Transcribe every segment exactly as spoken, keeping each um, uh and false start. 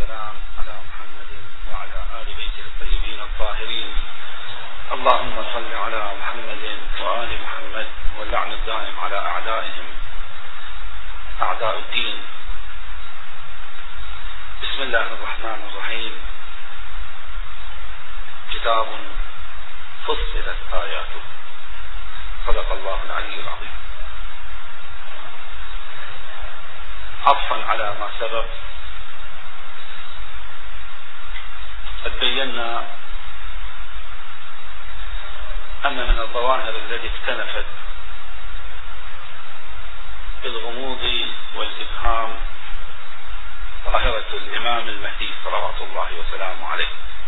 والسلام على محمد وعلى آل بيته الطيبين الطاهرين. اللهم صل على محمد وآل محمد واللعن الدائم على أعدائهم أعداء الدين. بسم الله الرحمن الرحيم. كتاب فصلت آياته. صدق الله العلي العظيم. عطفا على ما سبق، قد بينا أن من الظواهر التي اكتنفت بالغموض والإبهام ظاهرة الإمام المهدي صلوات الله وسلامه عليه،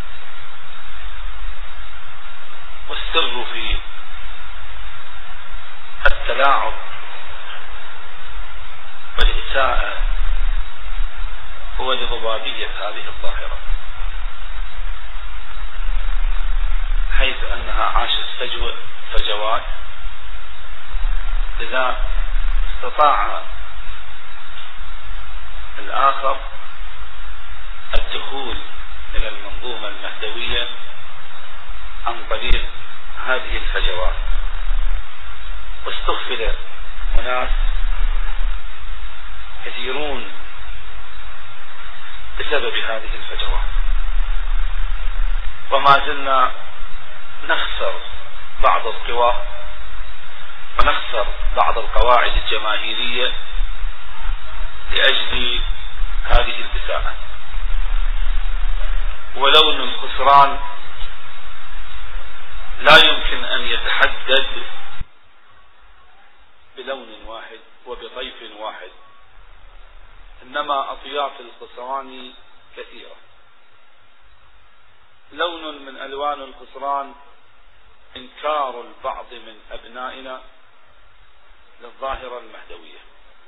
والسر في التلاعب والإساءة هو لضبابية هذه الظاهرة، حيث أنها عاشت فجوة فجوات، لذا استطاع الآخر الدخول إلى المنظومة المهدوية عن طريق هذه الفجوات، واستغفل أناس كثيرون بسبب هذه الفجوات. وما زلنا نخسر بعض القوى ونخسر بعض القواعد الجماهيرية لأجل هذه الإساءة. ولون الخسران لا يمكن أن يتحدد بلون واحد وبطيف واحد، إنما أطياف الخسران كثيرة. لون من ألوان الخسران إنكار البعض من أبنائنا للظاهرة المهدوية.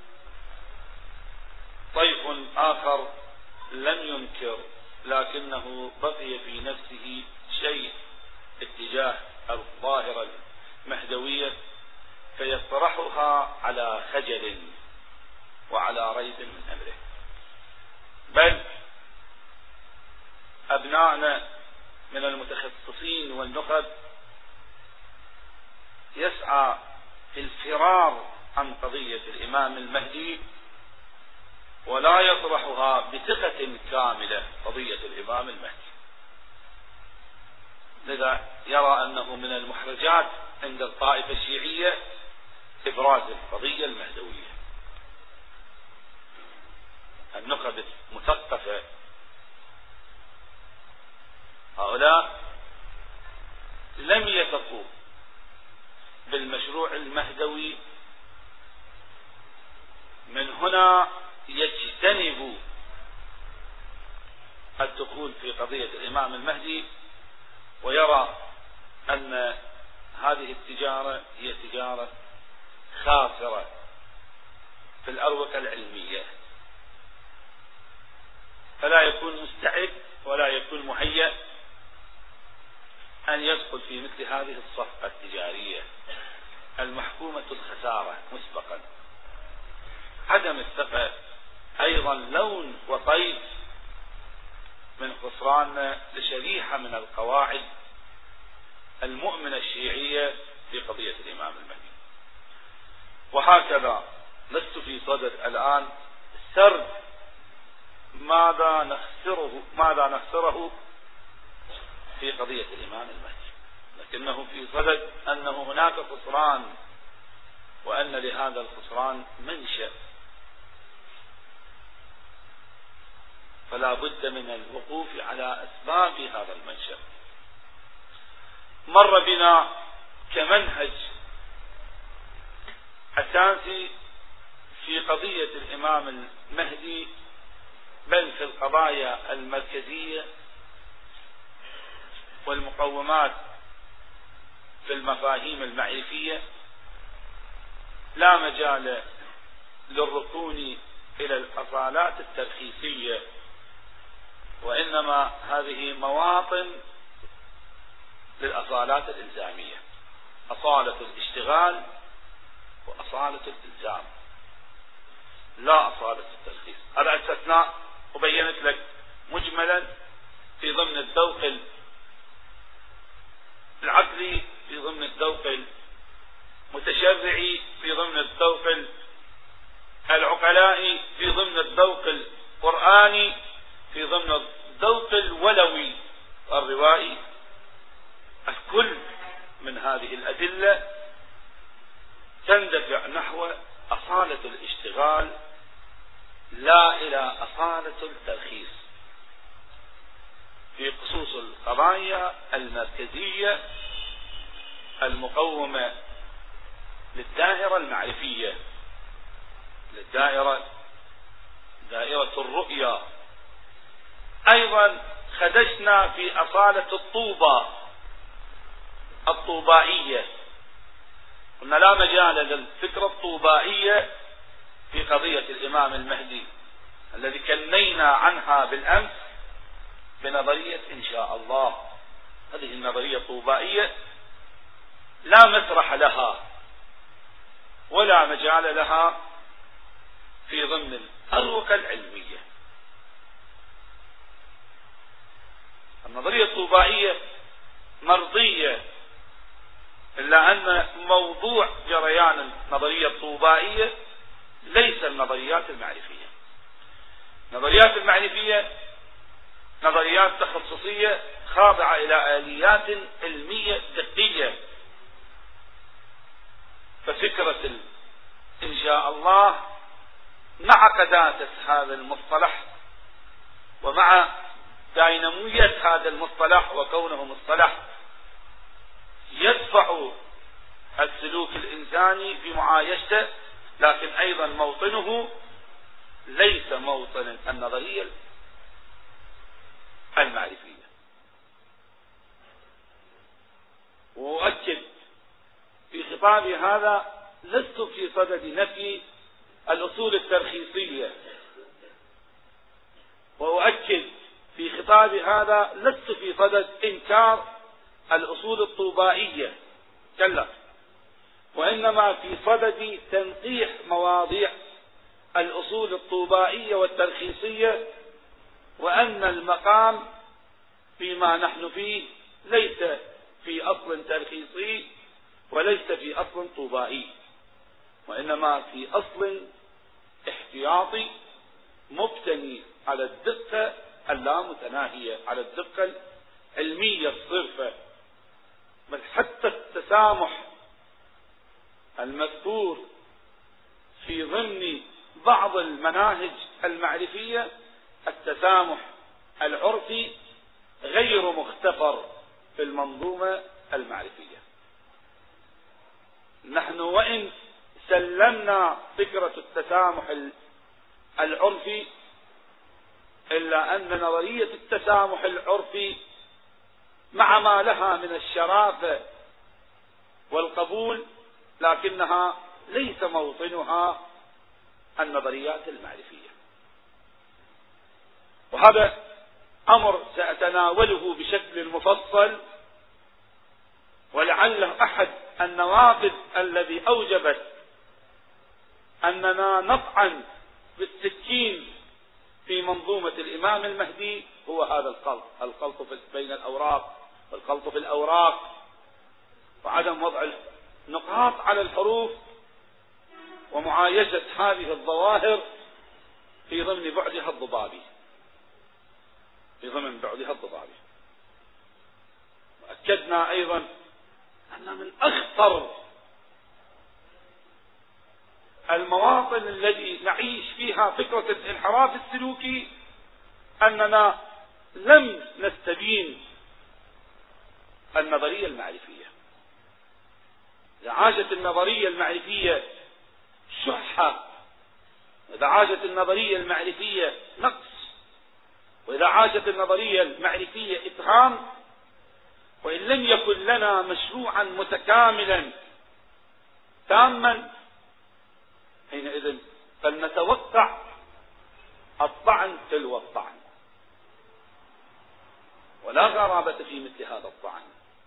طيف آخر لم ينكر لكنه بقي في نفسه شيء اتجاه الظاهرة المهدوية فيطرحها على خجل وعلى ريب من أمره. بل أبنائنا من المتخصصين والنخب يسعى في الفرار عن قضية الإمام المهدي ولا يطرحها بثقة كاملة قضية الإمام المهدي، لذا يرى أنه من المحرجات عند الطائفة الشيعية إبراز القضية المهدوية. النخب المثقفة هؤلاء لم يثقوا بالمشروع المهدوي، من هنا يجتنبوا الدخول في قضية الإمام المهدي، ويرى أن هذه التجارة هي تجارة خاسرة في الأروقة العلمية، فلا يكون مستعد ولا يكون مهيأ أن يدخل في مثل هذه الصفقة التجارية المحكومة الخسارة مسبقا. عدم الثقة أيضا لون وطيف من خسران لشريحة من القواعد المؤمنة الشيعية في قضية الإمام المهدي. وهكذا لست في صدد الآن سرد ماذا نخسره ماذا نخسره في قضية الإمام المهدي، لكنه في صدد أنه هناك خسران وأن لهذا الخسران منشأ، فلا بد من الوقوف على أسباب هذا المنشأ. مر بنا كمنهج أساسي في قضية الإمام المهدي، بل في القضايا المركزية والمقومات في المفاهيم المعرفية، لا مجال للركون إلى الأصالات الترخيصية، وإنما هذه مواطن للأصالات الإلزامية، أصالة الاشتغال وأصالة الإلزام، لا أصالة الترخيص. هذا استثناء وبينت لك مجملا في ضمن الذوق العقلي، في ضمن الذوق المتشرعي، في ضمن الذوق العقلائي، في ضمن الذوق القرآني، في ضمن الذوق الولوي الروائي. الكل من هذه الأدلة تندفع نحو أصالة الاشتغال لا إلى أصالة الترخيص في خصوص القضايا المركزية المقومة للدائرة المعرفية، للدائرة دائرة الرؤية. أيضا خدشنا في أصالة الطوبة الطوبائية، قلنا لا مجال للفكرة الطوبائية في قضية الإمام المهدي الذي كنينا عنها بالأمس بنظرية إن شاء الله. هذه النظرية الطوبائية لا مسرح لها ولا مجال لها في ضمن الأروقة العلمية. النظرية الطوبائية مرضية، إلا أن موضوع جريان النظرية الطوبائية ليس النظريات المعرفية. النظريات المعرفية نظريات تخصصية خاضعة إلى آليات علمية دقيقة، ففكرة إن شاء الله مع قداسة هذا المصطلح ومع دينامية هذا المصطلح وكونه مصطلح يدفع السلوك الإنساني في معايشته، لكن أيضا موطنه ليس موطن النظرية المعرفية. وأؤكد في خطابي هذا لست في صدد نفي الأصول الترخيصية، وأؤكد في خطابي هذا لست في صدد إنكار الأصول الطوبائية، كلا، وإنما في صدد تنقيح مواضيع الأصول الطوبائية والترخيصية، وأن المقام فيما نحن فيه ليس في أصل ترخيصي وليس في أصل طوبائي، وإنما في أصل احتياطي مبتني على الدقة اللامتناهية، على الدقة العلمية الصرفة. بل حتى التسامح المذكور في ضمن بعض المناهج المعرفية، التسامح العرفي غير مختبر في المنظومة المعرفية. نحن وإن سلمنا فكرة التسامح العرفي، إلا أن نظرية التسامح العرفي مع ما لها من الشرافة والقبول، لكنها ليس موطنها النظريات المعرفية. وهذا أمر سأتناوله بشكل مفصل، ولعله أحد النواقض الذي أوجبت أننا نطعن بالسكين في منظومة الإمام المهدي هو هذا الخلط، الخلط بين الأوراق والخلط في الأوراق، وعدم وضع نقاط على الحروف، ومعايشة هذه الظواهر في ضمن بعدها الضبابي، في ضمن بعدها الضبابي. وأكدنا أيضا أن من أخطر المواطن التي نعيش فيها فكرة الانحراف السلوكي أننا لم نستبين النظرية المعرفية. إذا عاشت النظرية المعرفية شحة، إذا عاشت النظرية المعرفية نقص، وإذا عاشت النظرية المعرفية إبهام، وإن لم يكن لنا مشروعا متكاملا تاما، حينئذ فلنتوقع الطعن تلو الطعن، ولا غرابة في مثل هذا الطعن.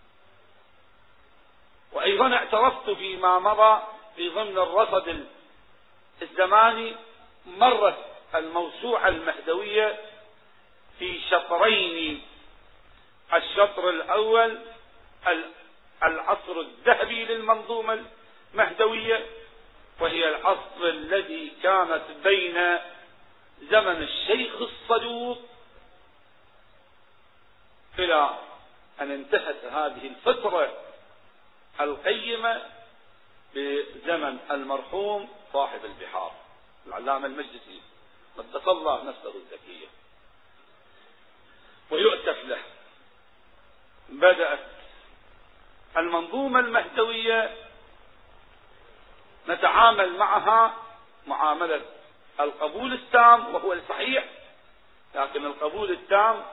وأيضا اعترفت فيما مضى في ضمن الرصد الزماني مرت الموسوعة المهدوية في شطرين. الشطر الأول العصر الذهبي للمنظومة المهدوية، وهي العصر الذي كانت بين زمن الشيخ الصدوق إلى أن انتهت هذه الفترة القيمة بزمن المرحوم صاحب البحار العلامة المجلسي قدس الله نفسه الزكية. ويؤسف له بدأت المنظومة المهدوية نتعامل معها معاملة القبول التام، وهو الصحيح، لكن القبول التام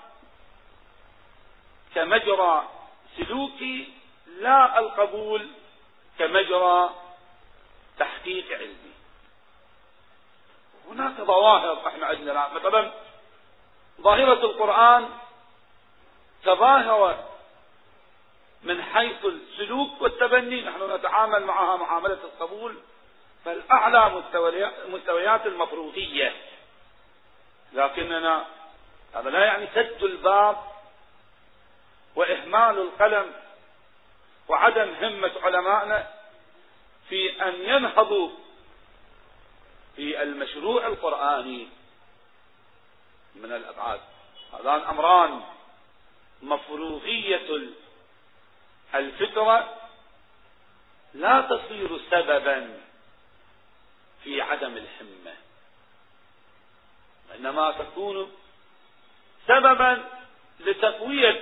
كمجرى سلوكي، لا القبول كمجرى تحقيق علمي. هناك ظواهر احنا عندنا مثلا ظاهرة القرآن كظاهرة من حيث السلوك والتبني نحن نتعامل معها معاملة القبول، فالأعلى مستويات المفروضية، لكننا هذا لا يعني سد الباب وإهمال القلم وعدم همة علمائنا في أن ينهضوا في المشروع القرآني من الأبعاد. هذان أمران: مفروضية الفطرة لا تصير سببا في عدم الهمة، وإنما تكون سببا لتقوية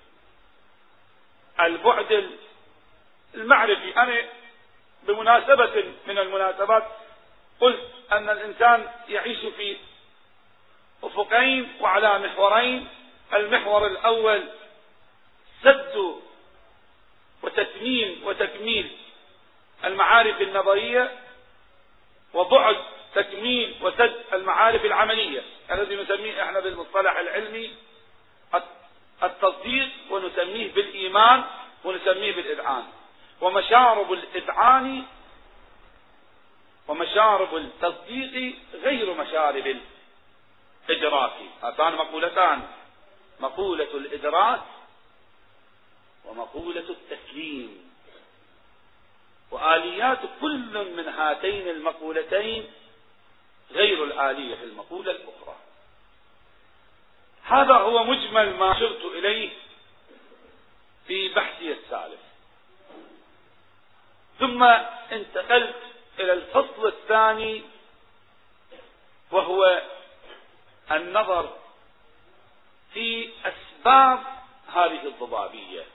البعد المعرفي. أنا بمناسبة من المناسبات قلت أن الإنسان يعيش في أفقين وعلى محورين: المحور الأول سد وتتميم وتكميل المعارف النظرية، وبعد تكميل وسد المعارف العملية الذي نسميه احنا بالمصطلح العلمي التصديق، ونسميه بالإيمان، ونسميه بالإذعان. ومشارب الإذعان ومشارب التصديق غير مشارب الإدراك. هاتان مقولتان: مقولة الإدراك ومقولة التسليم، وآليات كل من هاتين المقولتين غير الآلية في المقولة الأخرى. هذا هو مجمل ما شرت إليه في بحثي السالف. ثم انتقلت إلى الفصل الثاني، وهو النظر في أسباب هذه الضبابية،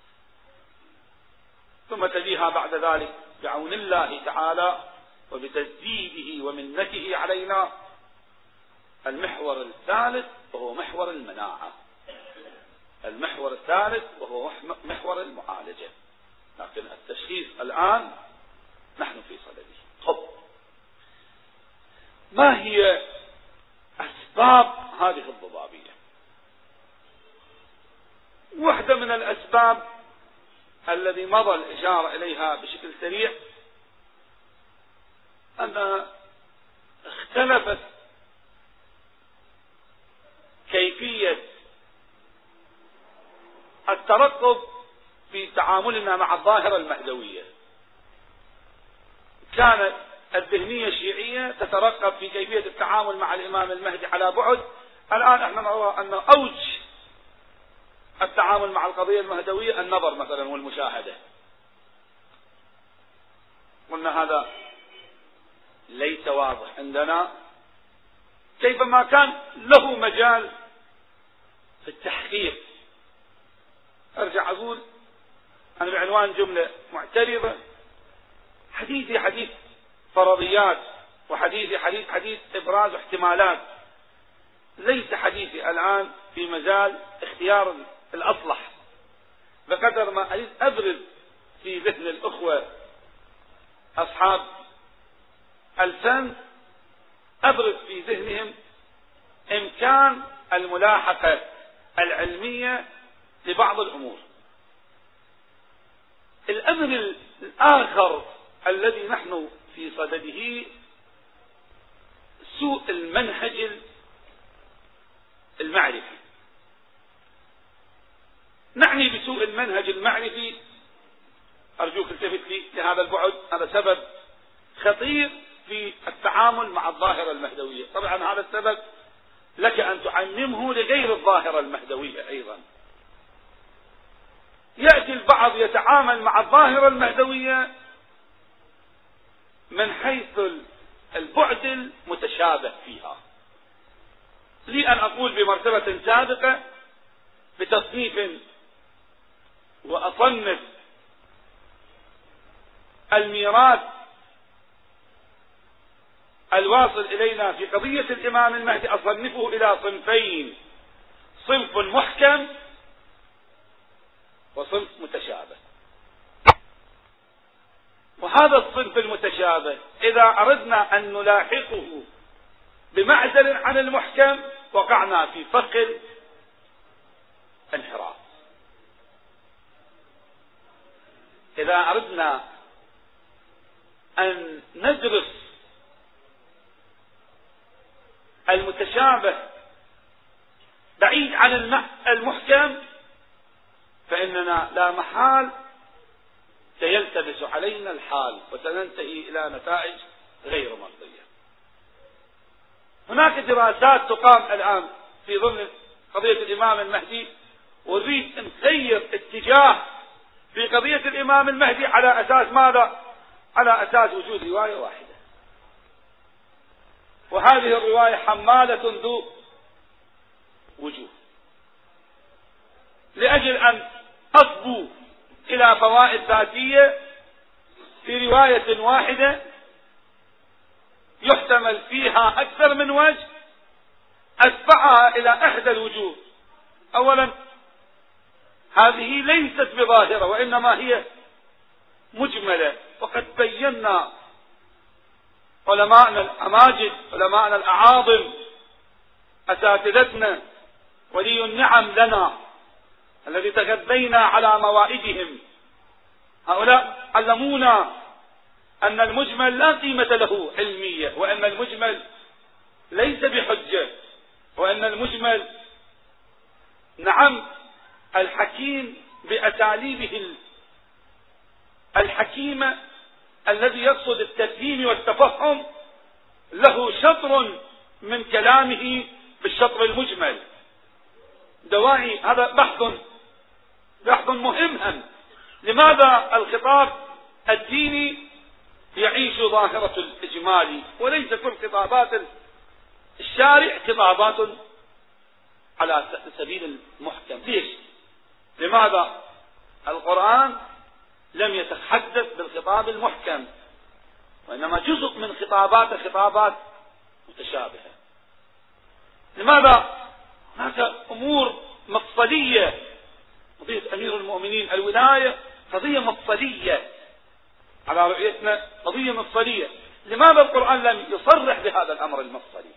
ثم تليها بعد ذلك بعون الله تعالى وبتسديده ومنته علينا المحور الثالث، وهو محور المناعة. المحور الثالث وهو محور المعالجة، لكن التشخيص الآن نحن في صدده. طب ما هي أسباب هذه الضبابية؟ واحدة من الأسباب الذي مضى الإشارة إليها بشكل سريع أن اختلفت كيفية الترقب في تعاملنا مع الظاهرة المهدوية. كانت الذهنية الشيعية تترقب في كيفية التعامل مع الإمام المهدي على بعد. الآن احنا نرى أن أوج التعامل مع القضية المهدوية النظر مثلا والمشاهدة. قلنا هذا ليس واضح عندنا، كيفما كان له مجال في التحقيق. أرجع أقول أنا بعنوان جملة معترضة: حديثي حديث فرضيات، وحديثي حديث حديث إبراز احتمالات، ليس حديثي الآن في مجال اختيار الأصلح، بقدر ما أريد أبرز في ذهن الأخوة أصحاب الفن، أبرز في ذهنهم إمكان الملاحقة العلمية لبعض الأمور. الأمر الآخر الذي نحن في صدده سوء المنهج المعرفي. نعني بسوء المنهج المعرفي، أرجوك التفت لي لهذا البعد، هذا سبب خطير في التعامل مع الظاهرة المهدوية. طبعا هذا السبب لك أن تعممه لغير الظاهرة المهدوية أيضا. يأتي البعض يتعامل مع الظاهرة المهدوية من حيث البعد المتشابه فيها. لي أن أقول بمرتبة سابقة بتصنيف وأصنف الميراث الواصل إلينا في قضية الإمام المهدي، أصنفه إلى صنفين: صنف محكم وصنف متشابه. وهذا الصنف المتشابه إذا أردنا أن نلاحقه بمعزل عن المحكم وقعنا في فخ انحراف. إذا أردنا أن ندرس المتشابه بعيد عن المحكم فإننا لا محال سيلتبس علينا الحال وسننتهي إلى نتائج غير مرضية. هناك دراسات تقام الآن في ضمن قضية الإمام المهدي، ونريد أن نغير اتجاه في قضية الإمام المهدي على أساس ماذا؟ على أساس وجود رواية واحدة، وهذه الرواية حمالة ذو وجوه، لأجل أن تصبو إلى فوائد ذاتية في رواية واحدة يحتمل فيها أكثر من وجه أتبعها إلى إحدى الوجوه. أولا هذه ليست بظاهرة وإنما هي مجملة، وقد بينا علماءنا الأماجد علماءنا الأعاظم أساتذتنا ولي النعم لنا الذي تغذينا على موائدهم، هؤلاء علمونا أن المجمل لا قيمة له علمية، وأن المجمل ليس بحجة، وأن المجمل نعم الحكيم بأساليبه الحكيمة الذي يقصد التفهيم والتفهم له شطر من كلامه بالشطر المجمل. دواعي هذا بحث بحث مهم. لماذا الخطاب الديني يعيش ظاهرة الإجمال وليس كل خطابات الشارع خطابات على سبيل المحكم؟ ليش؟ لماذا القرآن لم يتحدث بالخطاب المحكم، وإنما جزء من خطابات خطابات متشابهة؟ لماذا هناك أمور مفصلية؟ قضية أمير المؤمنين الولاية قضية مفصلية على رؤيتنا، قضية مفصلية. لماذا القرآن لم يصرح بهذا الأمر المفصلي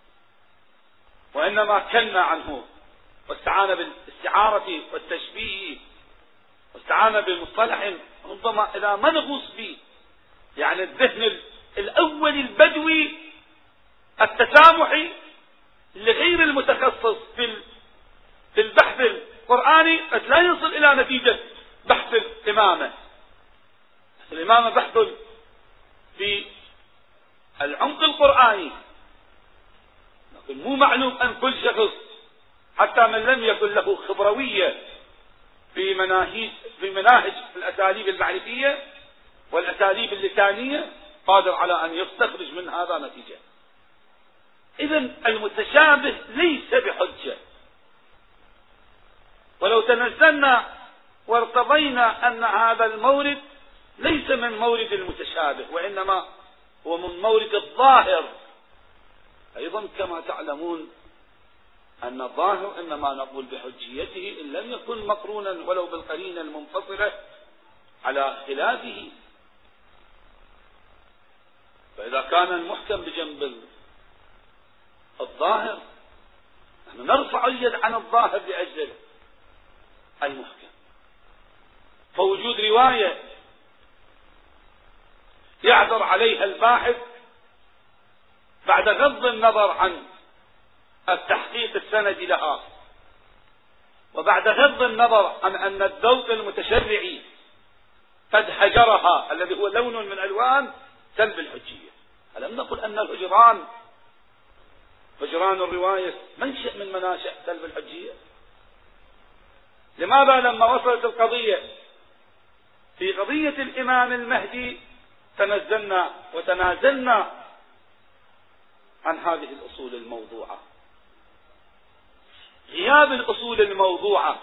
وإنما كنا عنه واستعان بالاستعارة والتشبيه واستعان بمصطلح ربما إذا ما نغوص به، يعني الذهن الأول البدوي التسامحي لغير المتخصص في في البحث القرآني قد لا يصل إلى نتيجة بحث الإمامة. الإمامة بحث في العمق القرآني، لكن مو معلوم أن كل شخص حتى من لم يكن له خبروية في مناهج في مناهج الأساليب المعرفية والأساليب اللسانية قادر على أن يستخرج من هذا نتيجة. إذن المتشابه ليس بحجة، ولو تنزلنا وارتضينا أن هذا المورد ليس من مورد المتشابه وإنما هو من مورد الظاهر، أيضا كما تعلمون أن الظاهر إنما نقول بحجيته إن لم يكن مقرونا ولو بالقرينة المنفصلة على خلافه. فإذا كان المحكم بجنب الظاهر نحن نرفع اليد عن الظاهر لأجل المحكم. فوجود رواية يعثر عليها الباحث بعد غض النظر عن التحقيق السندي لها، وبعد غض النظر عن أن الذوق المتشرعي قد هجرها الذي هو لون من ألوان سلب الحجية. ألم نقل أن الهجران هجران الرواية منشأ من مناشأ سلب الحجية؟ لماذا لما وصلت القضية في قضية الإمام المهدي تنزلنا وتنازلنا عن هذه الأصول الموضوعة؟ غياب الأصول الموضوعة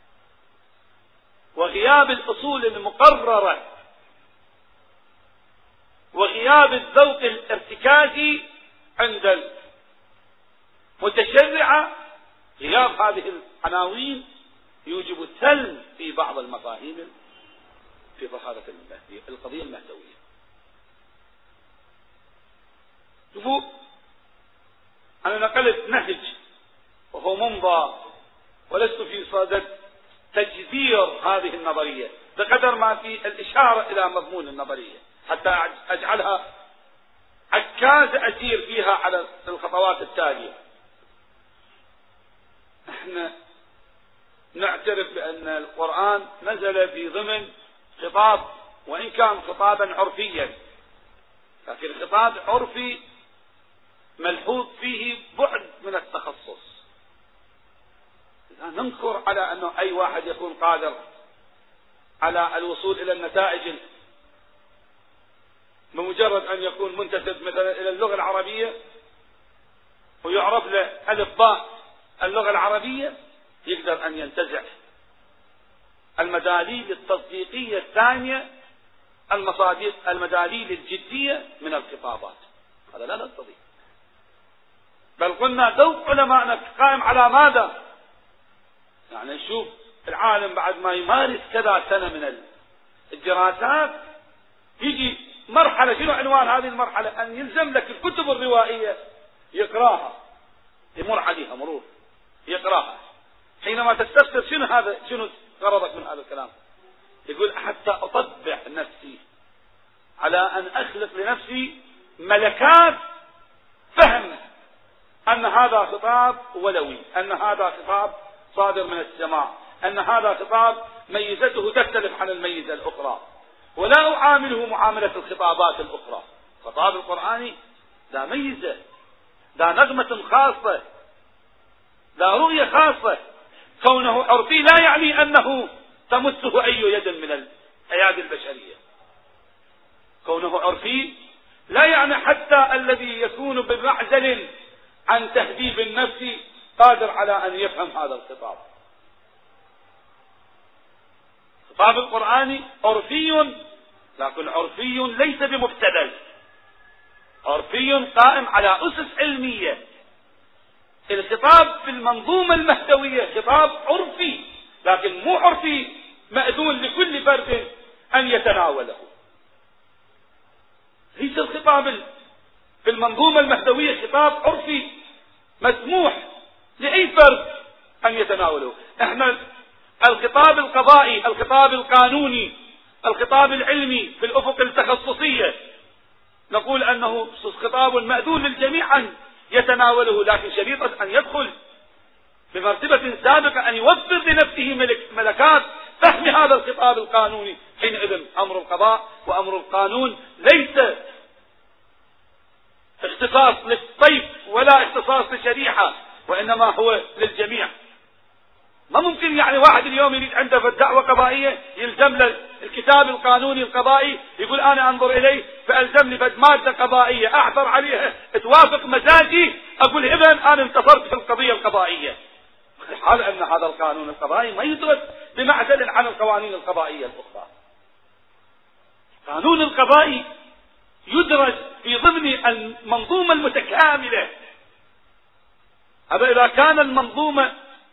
وغياب الأصول المقررة وغياب الذوق الارتكازي عند المتشرعة، غياب هذه العناوين يوجب سلب في بعض المفاهيم في ظهارة القضية المهدوية. شوفوا، أنا نقلت نهج وهو ممضى ولست في صدد تجذير هذه النظرية بقدر ما في الإشارة إلى مضمون النظرية حتى أجعلها عكاز أسير فيها على الخطوات التالية. احنا نعترف بأن القرآن نزل في ضمن خطاب، وإن كان خطابا عرفيا، لكن خطاب عرفي ملحوظ فيه بعد من التخصص. لا ننكر على أنه أي واحد يكون قادر على الوصول إلى النتائج بمجرد أن يكون منتسب مثلا إلى اللغة العربية ويعرف له ألف باء اللغة العربية، يقدر أن ينتزع المداليل التصديقية الثانية، المصادق المداليل الجدية من الخطابات. هذا لا نستطيع. بل قلنا ذوق علماءنا قائم على ماذا؟ يعني نشوف العالم بعد ما يمارس كذا سنة من الدراسات يجي مرحلة، شنو عنوان هذه المرحلة؟ أن يلزم لك الكتب الروائية يقراها، يمر عليها مرور يقراها. حينما تستفسر شنو هذا، شنو غرضك من هذا الكلام؟ يقول حتى أطبع نفسي على أن أخلق لنفسي ملكات فهم أن هذا خطاب ولوي، أن هذا خطاب صادر من السماء، أن هذا خطاب ميزته تختلف عن الميزة الأخرى، ولا أعامله معاملة الخطابات الأخرى. الخطاب القرآني لا ميزة، لا نغمة خاصة، لا رؤية خاصة. كونه عرفي لا يعني أنه تمسه أي يد من الأيادي البشرية. كونه عرفي لا يعني حتى الذي يكون بمعزل عن تهذيب النفس قادر على أن يفهم هذا الخطاب. الخطاب القرآني عرفي، لكن عرفي ليس بمبتذل، عرفي قائم على أسس علمية. الخطاب في المنظومة المهدوية خطاب عرفي، لكن مو عرفي مأذون لكل فرد أن يتناوله. ليس الخطاب في المنظومة المهدوية خطاب عرفي مسموح لأي فرد أن يتناوله. احنا الخطاب القضائي، الخطاب القانوني، الخطاب العلمي في الأفق التخصصية نقول أنه خطاب مأذون للجميع أن يتناوله، لكن شريطة أن يدخل بمرتبة سابقة أن يوفر لنفسه ملك ملكات فهم هذا الخطاب القانوني. حينئذ أمر القضاء وأمر القانون ليس اختصاص للطيف ولا اختصاص لشريحة، وإنما هو للجميع. ما ممكن يعني واحد اليوم يريد عنده دعوة قضائية يلزم له الكتاب القانوني القضائي يقول أنا أنظر إليه فألزم لي بد مادة قضائية أحضر عليها توافق مزاجي أقول إذن أنا انتصرت في القضية القضائية، حال أن هذا القانون القضائي ما يدرس بمعزل عن القوانين القضائية الأخرى. القانون القضائي يدرس في ضمن المنظومة المتكاملة. هذا إذا كان المنظومة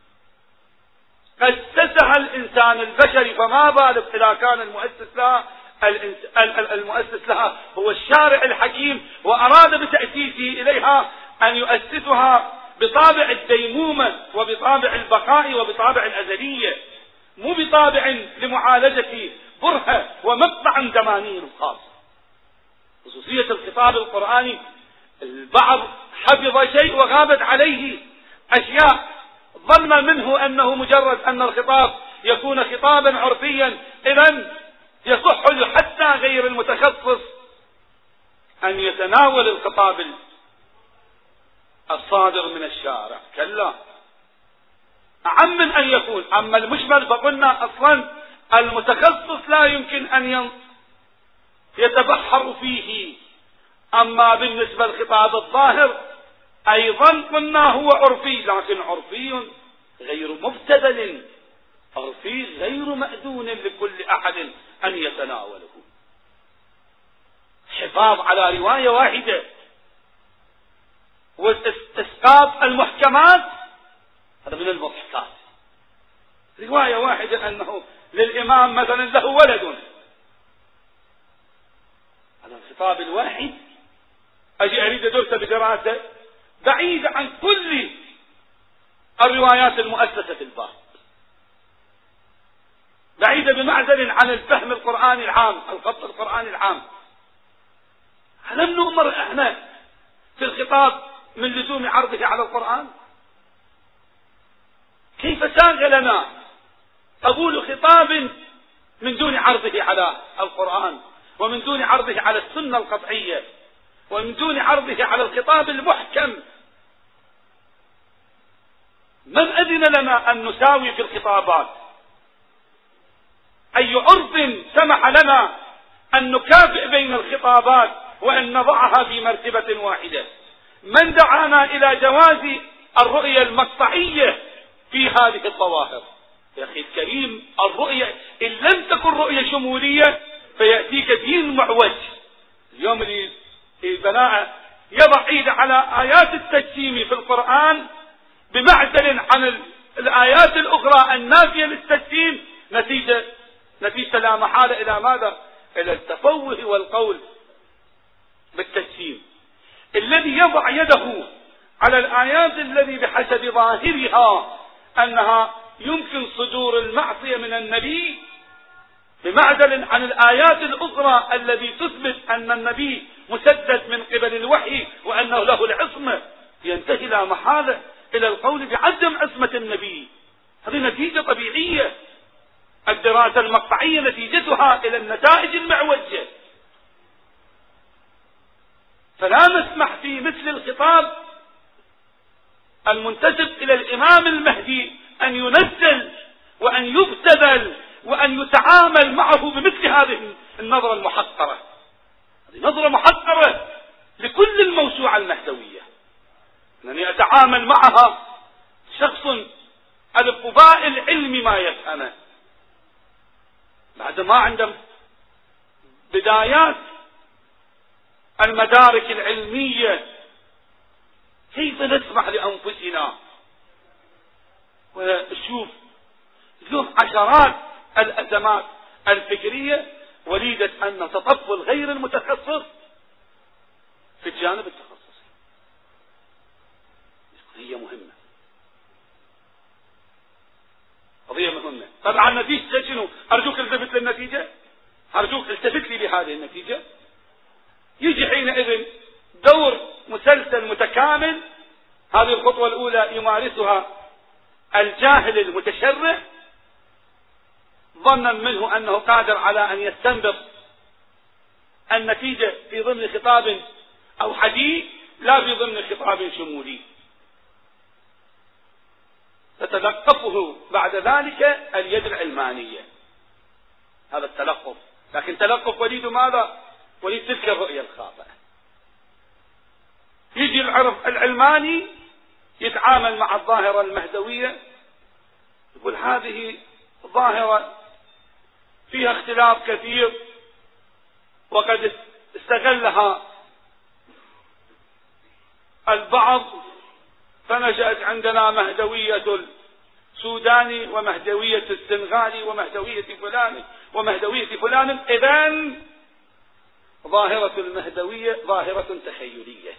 أسسها الإنسان البشري، فما بالك إذا كان المؤسس لها المؤسس لها هو الشارع الحكيم، وأراد بتأسيسه إليها أن يؤسسها بطابع الديمومة وبطابع البقاء وبطابع الأزلية، مو بطابع لمعالجة برهة ومقطع زماني خاص. خصوصية الخطاب القرآني البعض حفظ شيء وغابت عليه أشياء ظن منه أنه مجرد أن الخطاب يكون خطابا عرفيا إذن يصح حتى غير المتخصص أن يتناول الخطاب الصادر من الشارع. كلا، أعم من أن يكون. أما المجمل فقلنا أصلا المتخصص لا يمكن أن يتبحر فيه. أما بالنسبة للخطاب الظاهر أيضا قلنا هو عرفي، لكن عرفي غير مبتذل، عرفي غير مأذون لكل أحد أن يتناوله. حفاظ على رواية واحدة واستسقاط المحكمات هذا من المضحكات. رواية واحدة أنه للإمام مثلا له ولد، هذا الخطاب الواحد أجي أريد أدرسه بدراسة بعيدة عن كل الروايات المؤسسة في الباب، بعيدة بمعزل عن الفهم القرآني العام، الخط القرآني العام. ألم نؤمر احنا في الخطاب من لزوم عرضه على القرآن؟ كيف ساغ لنا قبول خطاب من دون عرضه على القرآن، ومن دون عرضه على السنة القطعية، ومن دون عرضه على الخطاب المحكم؟ من أذن لنا أن نساوي في الخطابات؟ أي عرض سمح لنا أن نكافئ بين الخطابات وأن نضعها في مرتبة واحدة؟ من دعانا إلى جواز الرؤية المقطعية في هذه الظواهر؟ يا أخي الكريم، الرؤية إن لم تكن رؤية شمولية فيأتيك دين معوج. اليوم البناء يضع ايده على آيات التجسيم في القرآن بمعزل عن الآيات الأخرى النافية للتجسيم، نتيجة نتيجة لا محالة إلى ماذا؟ إلى التفوه والقول بالتجسيم. الذي يضع يده على الآيات الذي بحسب ظاهرها أنها يمكن صدور المعصية من النبي، بمعزل عن الآيات الأخرى التي تثبت أن النبي مسدد من قبل الوحي وأنه له العصمة، ينتهي لا محالة إلى القول بعدم عصمة النبي. هذه نتيجة طبيعية. الدراسة المقطعية نتيجتها إلى النتائج المعوجة. فلا نسمح في مثل الخطاب المنتسب إلى الإمام المهدي أن ينزل وأن يبتذل وأن يتعامل معه بمثل هذه النظرة المحقرة. هذه نظرة محقرة لكل الموسوعة المهدوية، أنني أتعامل معها شخص القباء العلمي ما يفهمه، بعد ما عنده بدايات المدارك العلمية. كيف نسمح لأنفسنا ونشوف اليوم عشرات الأزمات الفكرية وليدة أن تطفل غير المتخصص في الجانب التخصصي؟ قضية مهمة، قضية مهمة. طبعا نتيجة شنو؟ أرجوك التفت للنتيجة، أرجوك التفت لي بهذه النتيجة. يجي حينئذ دور مسلسل متكامل. هذه الخطوة الأولى يمارسها الجاهل المتشرع ظنا منه أنه قادر على أن يستنبط النتيجة في ضمن خطاب أو حديث، لا في ضمن خطاب شمولي. تتلقفه بعد ذلك اليد العلمانية، هذا التلقف. لكن تلقف وليد ماذا؟ وليد تلك الرؤية الخاطئة. يجي العرف العلماني يتعامل مع الظاهرة المهدوية، يقول هذه ظاهرة فيها اختلاف كثير وقد استغلها البعض، فنشأت عندنا مهدوية السوداني ومهدوية السنغالي ومهدوية فلان ومهدوية فلان. إذن ظاهرة المهدوية ظاهرة تخيلية،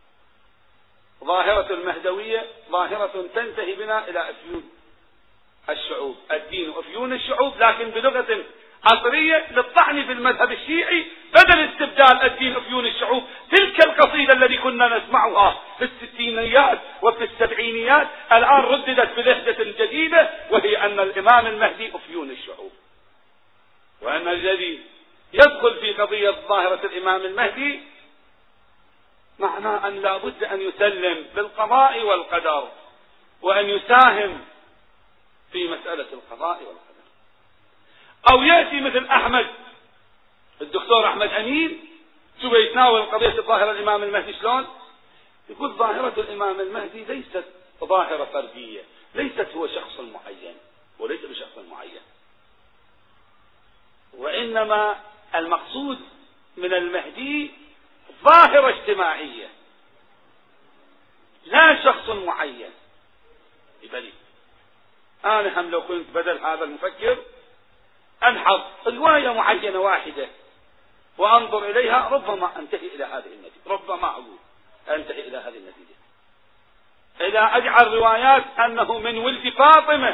ظاهرة المهدوية ظاهرة تنتهي بنا إلى أفيون الشعوب، الدين أفيون الشعوب، لكن بلغة عصرية للطعن في المذهب الشيعي بدل استبدال الدين أفيون الشعوب. تلك القصيدة التي كنا نسمعها في الستينيات وفي السبعينيات الآن رددت بلهجة جديدة، وهي أن الإمام المهدي أفيون الشعوب، وأن الذي يدخل في قضية ظاهرة الإمام المهدي معناه أن لا بد أن يسلم بالقضاء والقدر، وأن يساهم في مسألة القضاء والقدر. أو يأتي مثل أحمد الدكتور أحمد أمين، شو يتناول قضية ظاهرة الإمام المهدي شلون؟ يقول ظاهرة الإمام المهدي ليست ظاهرة فردية، ليست هو شخص معين وليس بشخص معين، وإنما المقصود من المهدي ظاهرة اجتماعية لا شخص معين. يبالي أنا هم لو كنت بدل هذا المفكر أنحض رواية معينة واحدة وأنظر إليها ربما أنتهي إلى هذه النتيجة، ربما أقول أنتهي إلى هذه النتيجة. إذا أجعل روايات أنه من ولد فاطمة،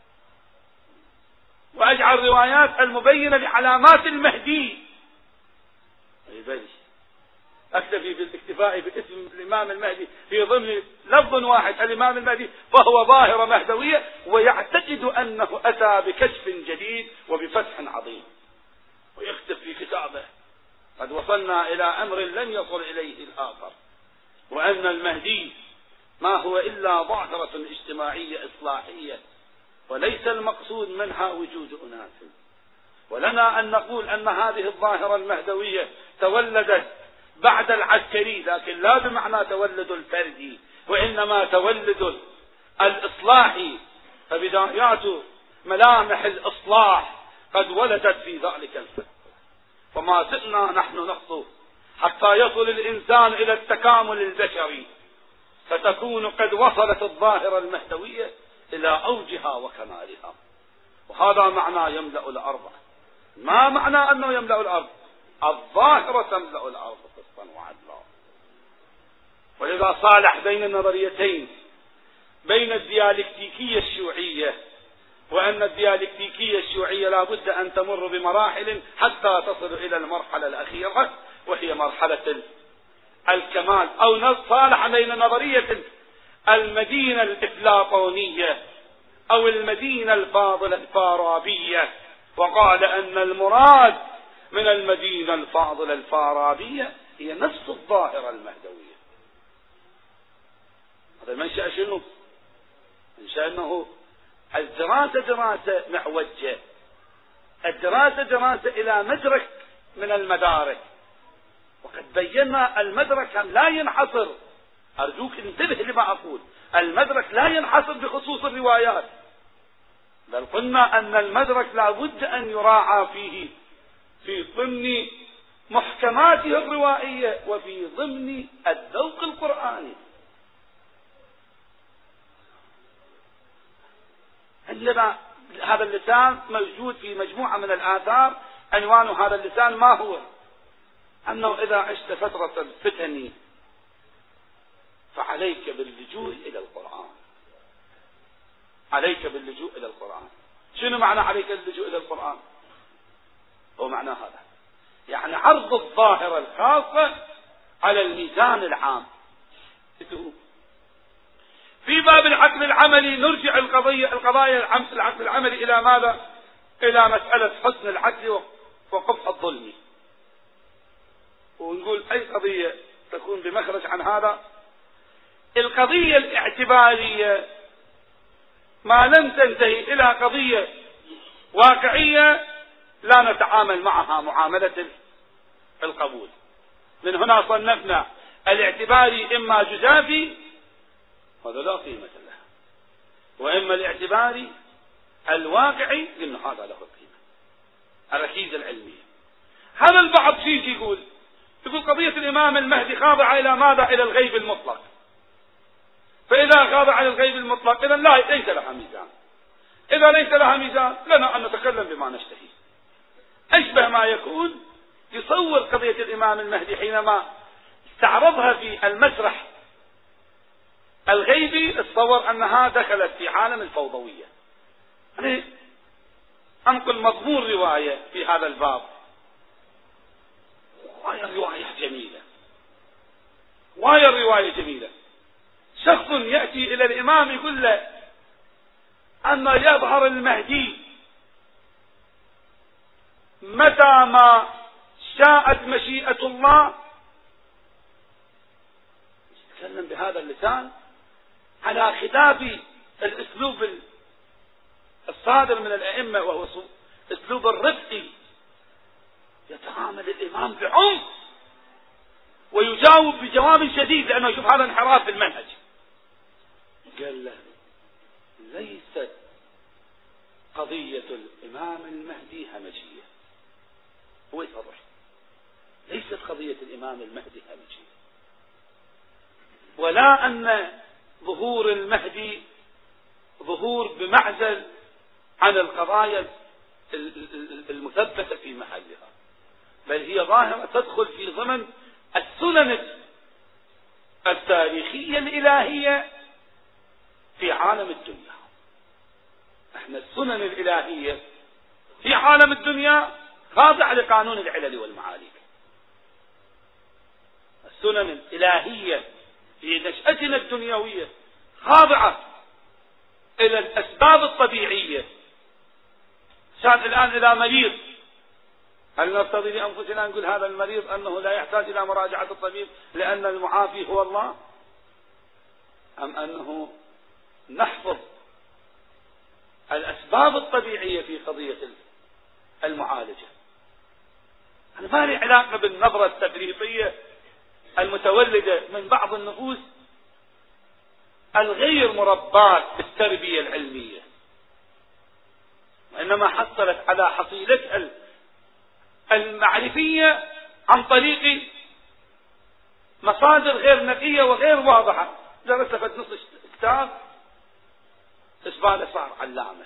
وأجعل روايات المبينة لعلامات المهدي، يبالي أكتفي بالاكتفاء باسم الإمام المهدي في ضمن لفظ واحد الإمام المهدي، فهو ظاهرة مهدوية، ويعتقد أنه أتى بكشف جديد وبفتح عظيم، ويكتب في كتابه قد وصلنا إلى أمر لم يصل إليه الآخر، وأن المهدي ما هو إلا ظاهرة اجتماعية إصلاحية، وليس المقصود منها وجود أناس. ولنا أن نقول أن هذه الظاهرة المهدوية تولدت بعد العسكري، لكن لا بمعنى تولد الفردي، وإنما تولد الإصلاحي، فبدايات ملامح الإصلاح قد ولدت في ذلك الفترة، وما زلنا نحن نخطو حتى يصل الإنسان إلى التكامل البشري، فتكون قد وصلت الظاهرة المهدوية إلى أوجها وكمالها. وهذا معنى يملأ الأرض. ما معنى أنه يملأ الأرض؟ الظاهرة تملأ الأرض قسطا وعدلا. ولذا صالح بين النظريتين، بين الديالكتيكية الشيوعية، وأن الديالكتيكية الشيوعية لا بد أن تمر بمراحل حتى تصل إلى المرحلة الأخيرة، وهي مرحلة الكمال. أو صالح بين نظرية المدينة الإفلاطونية أو المدينة الفاضلة الفارابية، وقال أن المراد من المدينة الفاضلة الفارابية هي نفس الظاهرة المهدوية. هذا المنشأ شنو؟ منشأ أنه الدراسة دراسة معوجة، الدراسة دراسة إلى مدرك من المدارك، وقد بينا المدرك لا ينحصر، أرجوك انتبه لما أقول، المدرك لا ينحصر بخصوص الروايات، بل قلنا أن المدرك لا بد أن يراعى فيه في ضمن محكماته الروائية وفي ضمن الذوق القرآني. عندنا هذا اللسان موجود في مجموعة من الآثار، عنوان هذا اللسان ما هو؟ أنه إذا عشت فترة الفتن فعليك باللجوء إلى القرآن، عليك باللجوء إلى القرآن. شنو معنى عليك باللجوء إلى القرآن؟ هو معنى هذا، يعني عرض الظاهرة الخاصة على الميزان العام. في باب العقل العملي نرجع القضية القضايا العقل العملي إلى ماذا؟ إلى مسألة حسن العدل وقبح الظلم، ونقول أي قضية تكون بمخرج عن هذا. القضية الاعتبارية ما لم تنتهي إلى قضية واقعية لا نتعامل معها معاملة القبول. من هنا صنفنا الاعتباري إما جزافي، هذا لا قيمة له، وإما الاعتباري الواقعي، لأن هذا له قيمة، الركيزة العلمية. هذا البعض فيه يقول يقول قضية الإمام المهدي خاضعة إلى ماذا؟ إلى الغيب المطلق، فإذا خاضعة إلى الغيب المطلق إذا لا ليس لها ميزان، إذا ليس لها ميزان لنا أن نتكلم بما نشتهي. أشبه ما يكون يصور قضية الإمام المهدي حينما استعرضها في المسرح الغيبي، تصور أنها دخلت في عالم الفوضوية. يعني أنقل مضمون رواية في هذا الباب، وهي الرواية جميلة، وهي الرواية جميلة. شخص يأتي إلى الإمام يقول له أن يظهر المهدي متى ما شاءت مشيئة الله، يتكلم بهذا اللسان على خلاف الأسلوب الصادر من الأئمة، وهو أسلوب الرفق. يتعامل الإمام بعنف ويجاوب بجواب شديد لأنه يشوف هذا انحراف في المنهج. قال له ليست قضية الإمام المهدي همجية، هو يصرح ليست قضية الإمام المهدي همجية، ولا أن ظهور المهدي ظهور بمعزل عن القضايا المثبتة في محلها، بل هي ظاهرة تدخل في ضمن السنن التاريخية الإلهية في عالم الدنيا. احنا السنن الإلهية في عالم الدنيا خاضعة لقانون العلل والمعاليك. السنن الإلهية في نشأتنا الدنيوية خاضعة إلى الأسباب الطبيعية. شان الآن إلى مريض، هل نرتضي لأنفسنا نقول هذا المريض أنه لا يحتاج إلى مراجعة الطبيب لأن المعافي هو الله، أم أنه نحفظ الأسباب الطبيعية في قضية المعالجة؟ أنا ما لي علاقة بالنظرة التفريطية المتولدة من بعض النفوس الغير مرباة بالتربية العلمية، وإنما حصلت على حصيلتها المعرفية عن طريق مصادر غير نقية وغير واضحة. درست في نص كتاب إسباله صار علامة،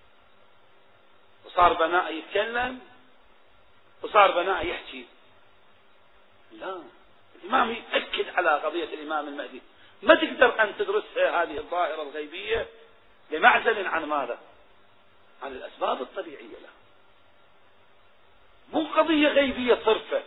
وصار بناء يتكلم، وصار بناء يحكي. لا، الإمام يأكد على قضية الإمام المهدي. ما تقدر أن تدرسها هذه الظاهرة الغيبية بمعزل عن ماذا؟ عن الأسباب الطبيعية لها. مو قضية غيبية صرفة،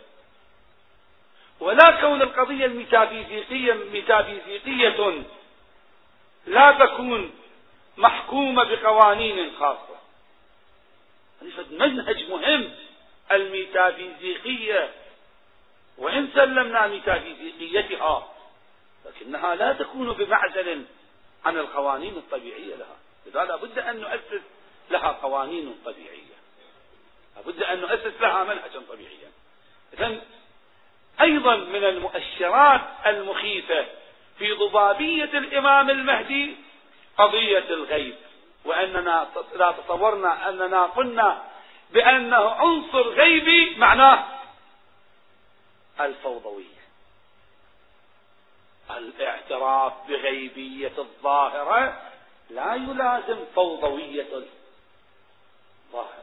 ولا كون القضية الميتافيزيقية ميتافيزيقية لا تكون محكومة بقوانين خاصة. هذا منهج مهم، الميتافيزيقية وإن سلمنا ميتافيزيقيتها لكنها لا تكون بمعزل عن القوانين الطبيعية لها. لذا لابد أن نؤسس لها قوانين طبيعية، لابد أن نؤسس لها منهجا طبيعيا. إذن أيضا من المؤشرات المخيفة في ضبابية الإمام المهدي قضية الغيب، وأننا لا تصورنا أننا قلنا بأنه عنصر غيبي معناه الفوضوية. الاعتراف بغيبية الظاهرة لا يلازم فوضوية الظاهرة.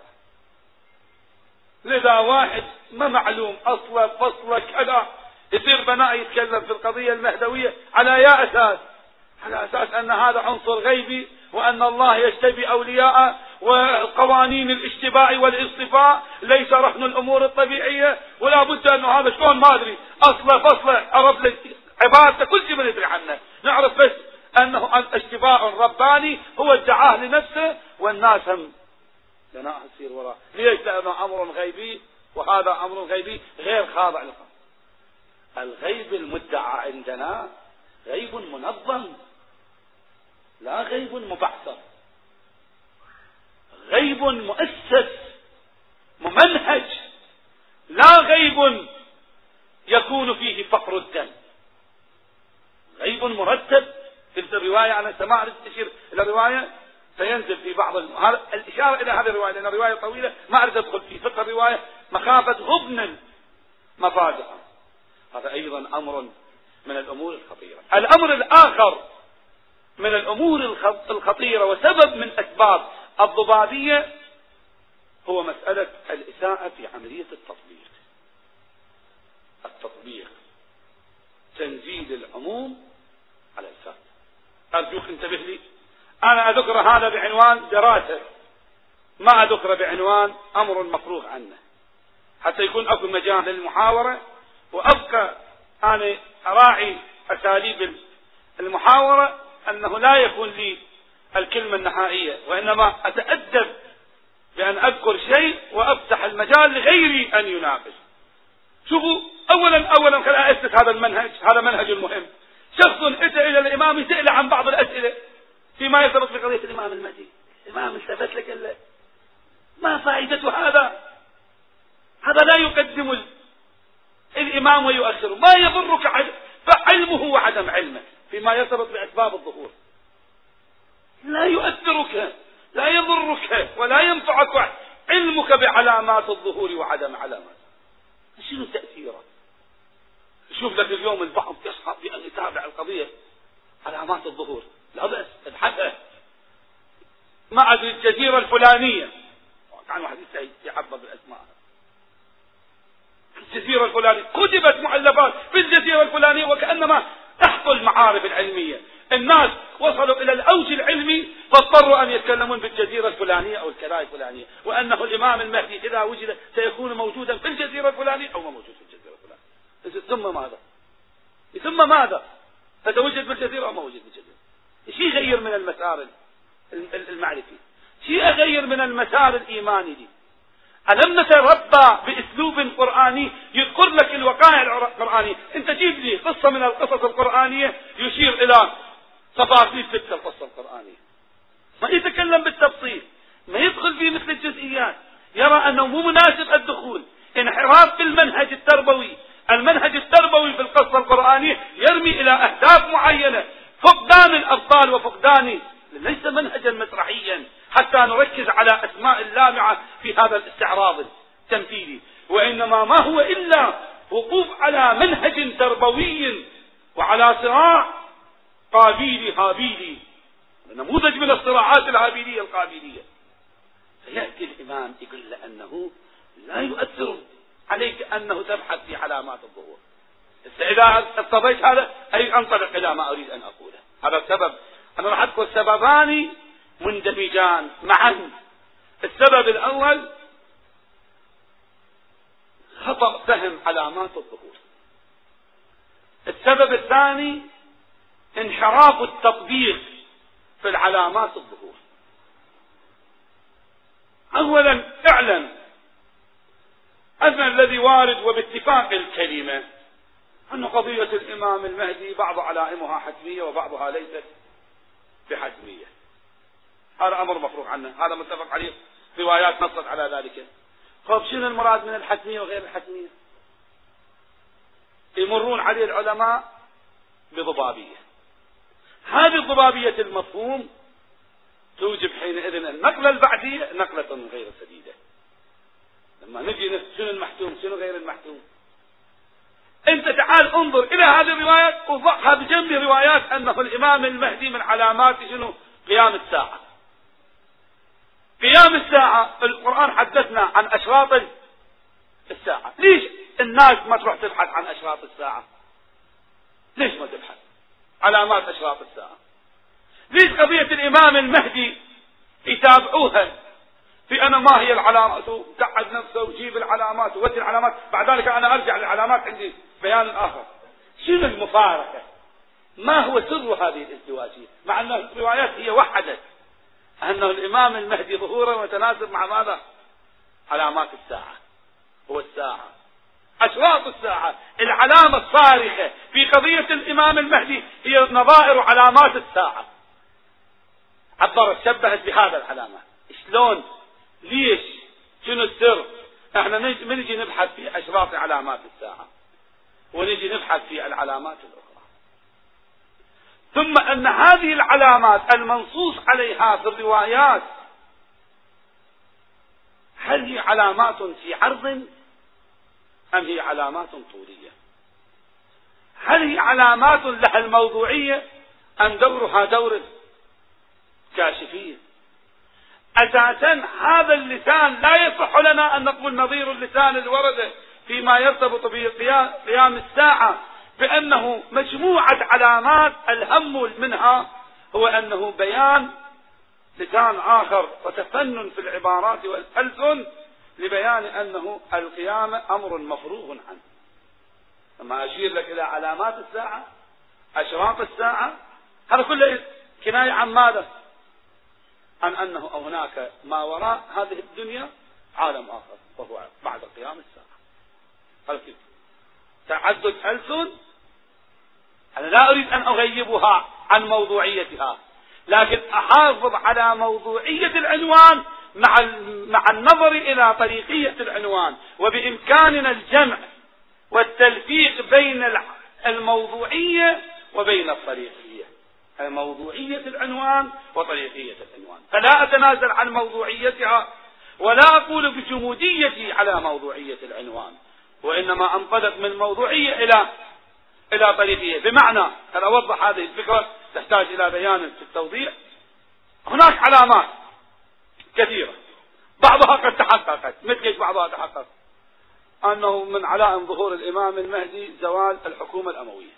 لذا واحد ما معلوم أصله فصله كذا يصير بناء يتكلم في القضية المهدوية على يا أساس؟ على أساس أن هذا عنصر غيبي، وأن الله يجتبي أولياءه، وقوانين الاشتباع والاصطفاء ليس رهن الأمور الطبيعية، ولا بد أنه هذا شلون ما أدري أصله فصله عرف لك عبادته كل شيء ما ندري عنه، نعرف بس أنه اشتباع رباني هو ادعاه لنفسه والناس هم لنا يصير وراء. ليش؟ لأنه أمر غيبي، وهذا أمر غيبي غير خاضع للقانون. الغيب المدعى عندنا غيب منظم، لا غيب مبعثر، غيب مؤسس ممنهج، لا غيب يكون فيه فقر الدم. غيب مرتب. في الرواية أنا سماع تشير إلى الرواية سينزل في بعض الم... الإشارة إلى هذه الرواية، لأن الرواية طويلة ما أريد أدخل في فقه الرواية مخافة غبن مفادها. هذا أيضا أمر من الأمور الخطيرة. الأمر الآخر من الأمور الخطيرة وسبب من أسباب الضبابية هو مسألة الإساءة في عملية التطبيق. التطبيق تنزيل العموم على الفرد. أرجوك انتبه لي، أنا أذكر هذا بعنوان دراسة ما ذكر بعنوان أمر مفروغ عنه، حتى يكون أكو مجال للمحاورة، وأبقى أنا أراعي أساليب المحاورة أنه لا يكون لي الكلمة النهائية، وإنما أتأدب بأن أذكر شيء وأفتح المجال لغيري أن يناقش. شوفوا، أولا أولا خلينا أسس هذا المنهج، هذا منهج مهم. شخص أتى إلى الإمام يسأل عن بعض الأسئلة فيما يرتبط بقضية الإمام المهدي. الإمام التفت لك إلا ما فائدة هذا؟ هذا لا يقدم الإمام ويؤخره، ما يضرك علمه وعدم علمه فيما يرتبط بأسباب الظهور، لا يؤثرك، لا يضرك ولا ينفعك علمك بعلامات الظهور وعدم علامات. شنو تأثيره؟ شوف لك اليوم البعض يصحى بأن يتابع القضية علامات الظهور، لا بأس ابحثها مع الجزيرة الفلانية، كان واحد يعبر بالأسماء، الجزيرة الفلانية كتبت مؤلفات في الجزيرة الفلانية، وكأنما تحت المعارف العلمية الناس وصلوا إلى الأوج العلمي فاضطروا أن يتكلمون بالجزيرة الفلانية أو الكلاء الفلانية، وأنه الإمام المهدي إذا وجد سيكون موجودا في الجزيرة الفلانية أو ما موجود في الجزيرة الفلانية. ثم ماذا؟ ثم ماذا؟ فتوجد بالجزيرة أو ما وجد بالجزيرة؟ شيء يغير من المسار المعرفي، شيء يغير من المسار الإيماني دي. ألم نتربى بأسلوب قرآني يذكر لك الوقائع القرآنية؟ أنت جيب لي قصة من القصص القرآنية يشير إلى تفاصيل تلك القصة القرآنية، ما يتكلم بالتفصيل، ما يدخل في مثل الجزئيات، يرى أنه مو مناسب الدخول، انحراف في المنهج التربوي. المنهج التربوي في القصة القرآنية يرمي إلى أهداف معينة، فقدان الأبطال وفقدان، ليس منهجا مسرحيا حتى نركز على أسماء اللامعة في هذا الاستعراض التمثيلي، وإنما ما هو إلا وقوف على منهج تربوي وعلى صراع قابيلي هابيلي، نموذج من الصراعات الهابيلية القابيلية. فيأتي الإمام يقول لأنه لا يؤثر عليك أنه تبحث في علامات الظهور. إذا اقتضيت هذا أي أنطلق إلى ما أريد أن أقوله. هذا السبب، أنا راح أذكر سببان مندمجان معا. السبب الأول خطأ فهم علامات الظهور. السبب الثاني انحراف التطبيق في العلامات الظهور. أولا اعلم أن الذي وارد وباتفاق الكلمة أن قضية الإمام المهدي بعض علائمها حتمية وبعضها ليست بحتمية. هذا أمر مفروغ عنه، هذا متفق عليه، روايات نصت على ذلك. طيب شنو المراد من الحتمية وغير الحتمية؟ يمرون عليه العلماء بضبابية. هذه الضبابية المفهوم توجب حينئذ النقلة البعدية نقلة غير سديدة. لما نجي شنو المحتوم شنو غير المحتوم، انت تعال انظر الى هذه الروايات وضعها بجنب روايات انه الامام المهدي من علامات شنو؟ قيام الساعة. قيام الساعة القرآن حدثنا عن اشراط الساعة، ليش الناس ما تروح تبحث عن اشراط الساعة؟ ليش ما تبحث علامات اشراط الساعة؟ ليش قضية الامام المهدي يتابعوها في أنا ما هي العلامات وقعد نفسه وجيب العلامات وودي العلامات، بعد ذلك أنا أرجع للعلامات عندي بيان آخر. شنو المفارقة؟ ما هو سر هذه الازدواجية؟ مع أن الروايات هي وحدت أنه الإمام المهدي ظهوره متناسب مع ماذا؟ علامات الساعة. هو الساعة، أشراط الساعة، العلامة الصارخة في قضية الإمام المهدي هي نظائر علامات الساعة. عبرت شبهت بهذا العلامات. شلون؟ ليش؟ شنو السر؟ احنا نجي نبحث في اشراط علامات الساعة ونجي نبحث في العلامات الاخرى، ثم ان هذه العلامات المنصوص عليها في الروايات هل هي علامات في عرض ام هي علامات طولية؟ هل هي علامات لها الموضوعية ام دورها دور كاشفية؟ أساسا هذا اللسان لا يصح لنا أن نقول نظير اللسان الورد فيما يرتبط بقيام الساعة بأنه مجموعة علامات الهم منها هو أنه بيان لسان آخر وتفنن في العبارات والألسن لبيان أنه القيامة أمر مفروغ عنه. لما أشير لك إلى علامات الساعة، أشراط الساعة، هذا كله كناية عن ماذا؟ عن أنه هناك ما وراء هذه الدنيا عالم آخر وهو بعد قيام الساعة. هل كيف؟ تعدد ألسن أنا لا أريد أن أغيبها عن موضوعيتها، لكن أحافظ على موضوعية العنوان مع مع النظر إلى طريقية العنوان، وبإمكاننا الجمع والتلفيق بين الموضوعية وبين الطريقية، موضوعية العنوان وطريقية العنوان، فلا أتنازل عن موضوعيتها ولا أقول بجموديتي على موضوعية العنوان، وإنما أنطلق من موضوعية إلى إلى طريقية. بمعنى أن أوضح هذه الفكرة تحتاج إلى بيان في التوضيح. هناك علامات كثيرة بعضها قد تحققت، مثل بعضها تحقق أنه من علائم ظهور الإمام المهدي زوال الحكومة الأموية،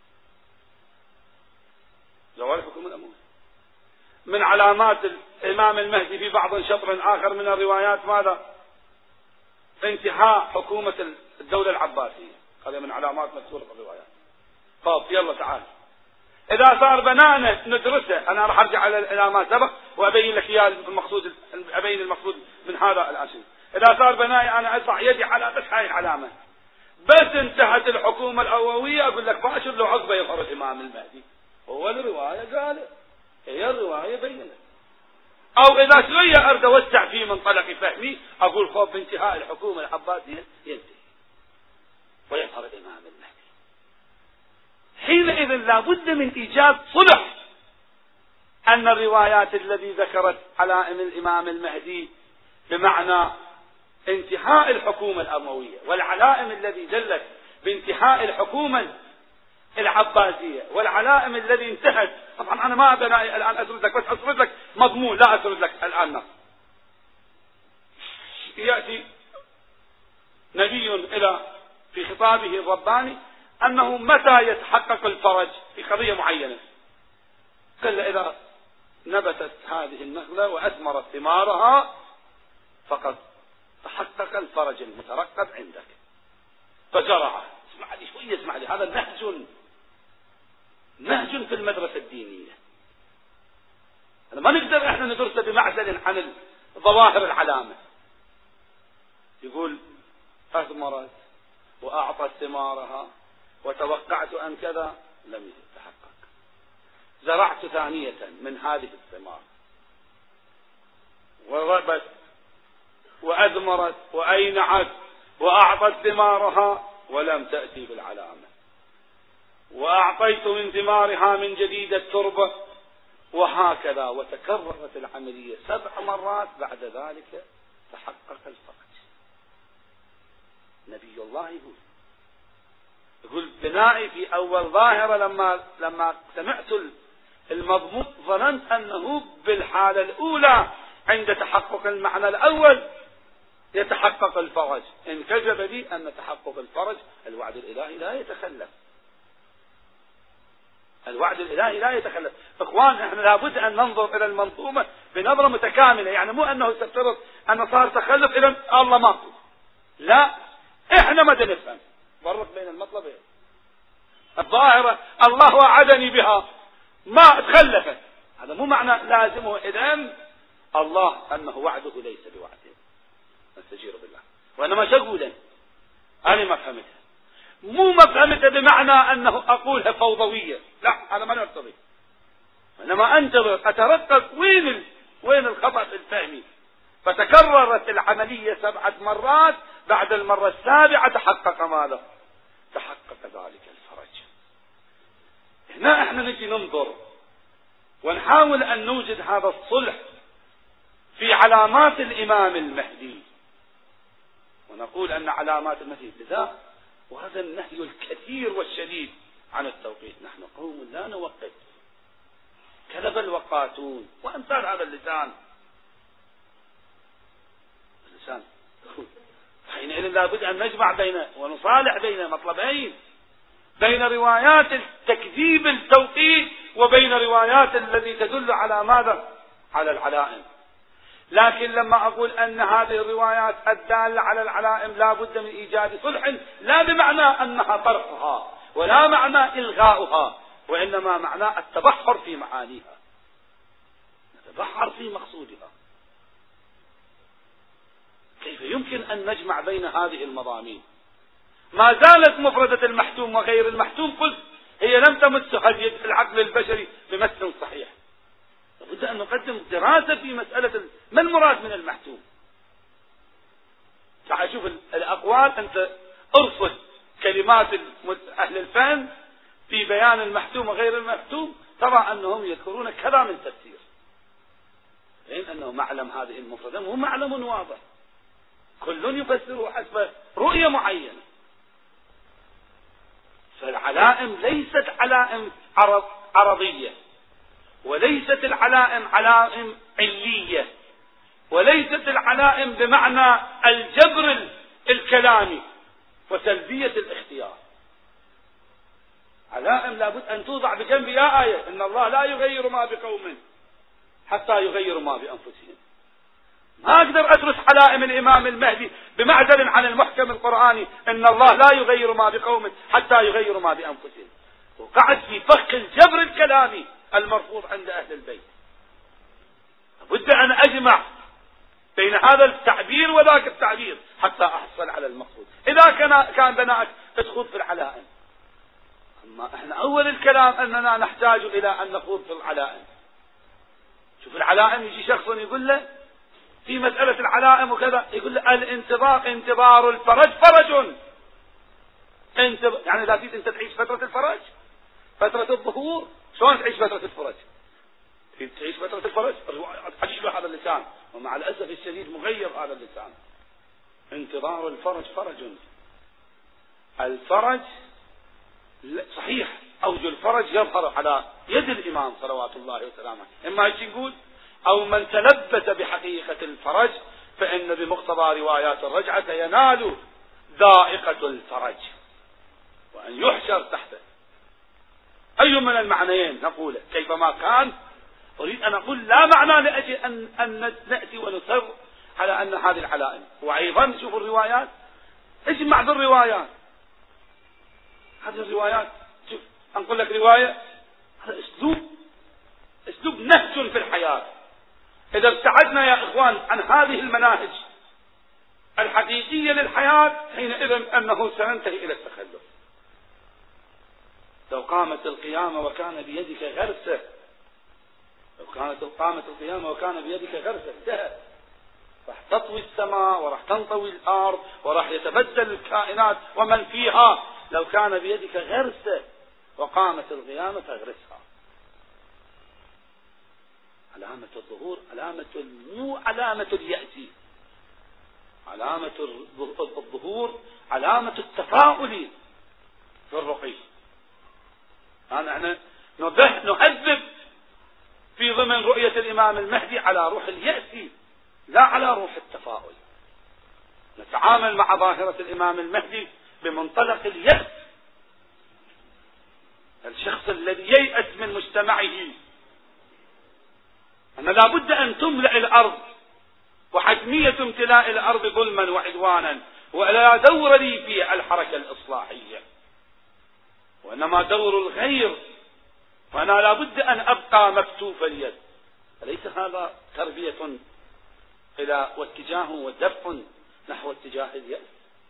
زوال الحكومة الأموية. من علامات الإمام المهدي في بعض شطر آخر من الروايات ماذا؟ انتهاء حكومة الدولة العباسية، هذا من علامات مذكورة في الروايات. طب يلا تعال، إذا صار بنانا ندرسه، أنا راح أرجع إلى ما سبق وأبين لك إياه المقصود، أبين المقصود من هذا الأشياء. إذا صار بناي أنا أرفع يدي على بس هاي العلامة، بس انتهت الحكومة الأموية أقول لك باشر لو عقبه يظهر الإمام المهدي. هو الرواية قال، هي الرواية بينت. أو إذا شوية أرد أوسع في منطلق فهمي أقول خوف بانتهاء الحكومة العباسية ينتهي ويظهر الإمام المهدي. حينئذ لابد من إيجاد صلح أن الروايات التي ذكرت علائم الإمام المهدي بمعنى انتهاء الحكومة الأموية، والعلائم التي دلت بانتهاء الحكومة العباسية، والعلائم التي انتهت. طبعا أنا ما أبنى الآن أسرد لك، بس أسرد لك مضمون، لا أسرد لك الآن نص. يأتي نبي إلى في خطابه الرباني أنه متى يتحقق الفرج في قضية معينة، قال إذا نبتت هذه النخلة وأثمرت ثمارها فقد تحقق الفرج المترقب عندك فزرعه. اسمع لي شوية، اسمع لي، هذا نهج نهج في المدرسة الدينية. أنا ما نقدر احنا ندرسه بمعزل عن ظواهر العلامة. يقول أثمرت وأعطت ثمارها وتوقعت أن كذا، لم يتحقق. زرعت ثانية من هذه الثمار وربت وأثمرت وأينعت وأعطت ثمارها ولم تأتي بالعلامة، وأعطيت من ثمارها من جديد التربة، وهكذا، وتكررت العملية سبع مرات. بعد ذلك تحقق الفرج. نبي الله يقول يقول بنائي في أول ظاهرة لما لما سمعت المضمون ظننت أنه بالحالة الأولى عند تحقق المعنى الأول يتحقق الفرج. انكذب لي أن تحقق الفرج الوعد الإلهي لا يتخلف، الوعد الإلهي لا يتخلف. إخوان احنا لابد أن ننظر إلى المنظومة بنظرة متكاملة، يعني مو أنه تفترض أن صار تخلف إذا الله ماكو، لا، احنا ما نفهم. فرق بين المطلبين. الظاهرة الله وعدني بها ما تخلفت، هذا مو معنى لازمه إذن الله أنه وعده ليس بوعده، نستجير بالله. وإنما شغولا أنا ما فهمتها، مو ما فهمتها بمعنى أنه أقولها فوضوية، لا، هذا ما نرتضي. وإنما أنتظر أترقب وين وين الخطأ في الفهم. فتكررت العملية سبعة مرات، بعد المرة السابعة تحقق ماذا؟ تحقق ذلك الفرج. هنا احنا نجي ننظر ونحاول أن نوجد هذا الصلح في علامات الإمام المهدي، ونقول أن علامات المهدي لذا، وهذا النهي الكثير والشديد عن التوقيت. نحن قوم لا نوقت، كذب الوقاتون وأمثال هذا اللسان اللسان حينئذ لابد أن نجمع بين ونصالح بين مطلبين، بين روايات التكذيب التوقيت وبين روايات الذي تدل على ماذا؟ على العلائم. لكن لما أقول أن هذه الروايات الدالة على العلائم لا بد من إيجاد صلح، لا بمعنى أنها طرحها ولا معنى إلغاؤها، وإنما معنى التبحر في معانيها، نتبحر في مقصودها. كيف يمكن أن نجمع بين هذه المضامين؟ ما زالت مفردة المحتوم وغير المحتوم قلت هي لم تمسها العقل البشري بمس صحيح. لابد أن نقدم دراسة في مسألة ما المراد من المحتوم. تعال شوف الأقوال، أنت أرصد كلمات أهل الفن في بيان المحتوم وغير المحتوم، ترى أنهم يذكرون كذا من تفسير، لأن أنه معلم هذه المفردة هو معلم واضح، كل يفسره حسب رؤية معينة. فالعلائم ليست علائم عرض عرضية، وليست العلائم علائم علية، وليست العلائم بمعنى الجبر الكلامي وسلبية الاختيار. علائم لابد أن توضع بجنب يا آية إن الله لا يغير ما بقوم حتى يغيروا ما بأنفسهم. ما أقدر أدرس علائم الإمام المهدي بمعزل عن المحكم القرآني إن الله لا يغير ما بقوم حتى يغيروا ما بأنفسهم، وقعد في فخ الجبر الكلامي المرفوض عند أهل البيت. لابد أن أجمع بين هذا التعبير وذاك التعبير حتى أحصل على المقصود. إذا كان كان بناءك تخوض في العلائم، أما إحنا أول الكلام أننا نحتاج إلى أن نخوض في العلائم. شوف العلائم، يجي شخص يقول له في مسألة العلائم وكذا، يقول له الانتظار انتظار الفرج فرج. انتظار يعني لا تريد أنت تعيش فترة الفرج، فترة الظهور، شلون تعيش فترة الفرج؟ تريد تعيش فترة الفرج، الروايات عجيبة هذا اللسان، ومع الأسف الشديد مغير هذا اللسان. انتظار الفرج فرج. الفرج صحيح أوجه الفرج يظهر على يد الإمام صلوات الله وسلامه، إما يجي نقول أو من تلبس بحقيقة الفرج فإن بمقتضى روايات الرجعة ينال ذائقة الفرج وأن يحشر تحته. أي من المعنيين نقوله كيفما كان. أريد أن أقول لا معنى لأجل أن, أن نأتي ونصر على أن هذه العلائم. وأيضا شوف الروايات، اجمع بالروايات. هذه الروايات، شوف أنقل لك رواية، هذا أسلوب أسلوب نهج في الحياة. إذا ابتعدنا يا إخوان عن هذه المناهج الحقيقية للحياة حينئذ أنه سننتهي إلى التخلف. لو قامت القيامة وكان بيدك غرسة، لو كانت قامت القيامة وكان بيدك غرسة انتهى، راح تطوي السماء وراح تنطوي الأرض وراح يتبدل الكائنات ومن فيها. لو كان بيدك غرسة وقامت القيامة فاغرسها. علامة الظهور علامة مو علامة اليأس، علامة الظهور علامة التفاؤل في الرقي. أنا نهذب في ضمن رؤية الإمام المهدي على روح اليأس لا على روح التفاؤل. نتعامل مع ظاهرة الإمام المهدي بمنطلق اليأس. الشخص الذي ييأس من مجتمعه أن لا بد أن تملأ الأرض، وحتمية امتلاء الأرض ظلما وعدوانا، ولا دور لي في الحركة الإصلاحية، وإنما دور الغير، وأنا لا بد أن أبقى مكتوف اليد. أليس هذا تربية إلى واتجاه ودفع نحو اتجاه اليأس؟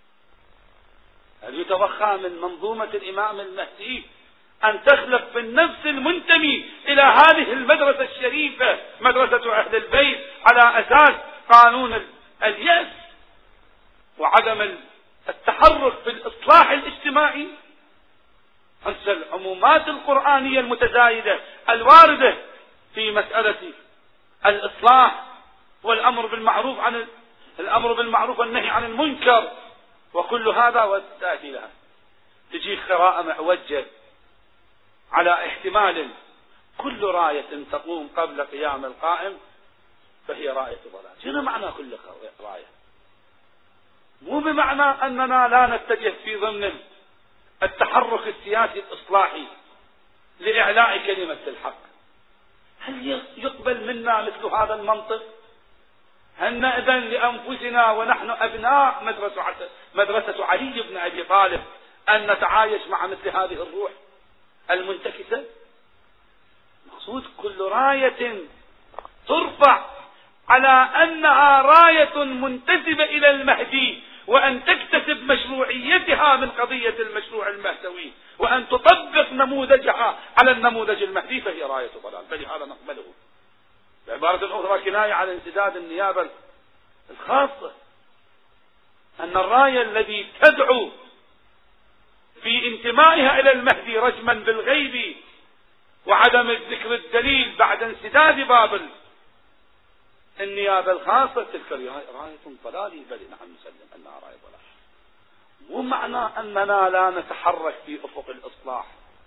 هل يتوخى من منظومة الإمام المهدي أن تخلق في النفس المنتمي إلى هذه المدرسة الشريفة مدرسة أهل البيت على أساس قانون اليأس وعدم التحرك في الإصلاح الاجتماعي؟ أنسى العمومات القرآنية المتزايدة الواردة في مسألة الإصلاح والأمر بالمعروف عن الأمر بالمعروف والنهي عن المنكر وكل هذا، وتأتي لها تجي قراءة معوجة على احتمال كل راية تقوم قبل قيام القائم فهي راية ضلال. شنو معنى كل راية؟ مو بمعنى أننا لا نتجه في ضمن التحرك السياسي الإصلاحي لإعلاء كلمة الحق. هل يقبل منا مثل هذا المنطق؟ هل نأذن لأنفسنا ونحن أبناء مدرسة مدرسة علي بن أبي طالب أن نتعايش مع مثل هذه الروح المنتكسة؟ مقصود كل راية ترفع على أنها راية منتسبة إلى المهدي، وأن تكتسب مشروعيتها من قضية المشروع المهدوي، وأن تطبق نموذجها على النموذج المهدي، فهي راية ضلال، فلهذا نقبله. بعبارة أخرى كناية على انسداد النيابة الخاصة، أن الراية الذي تدعو في انتمائها إلى المهدي رجما بالغيب وعدم الذكر الدليل بعد انسداد باب النيابة الخاصة، تلك راية ضلالية، بل نحن نسلم أنها راية ضلالية. مو معنى أننا لا نتحرك في أفق الإصلاح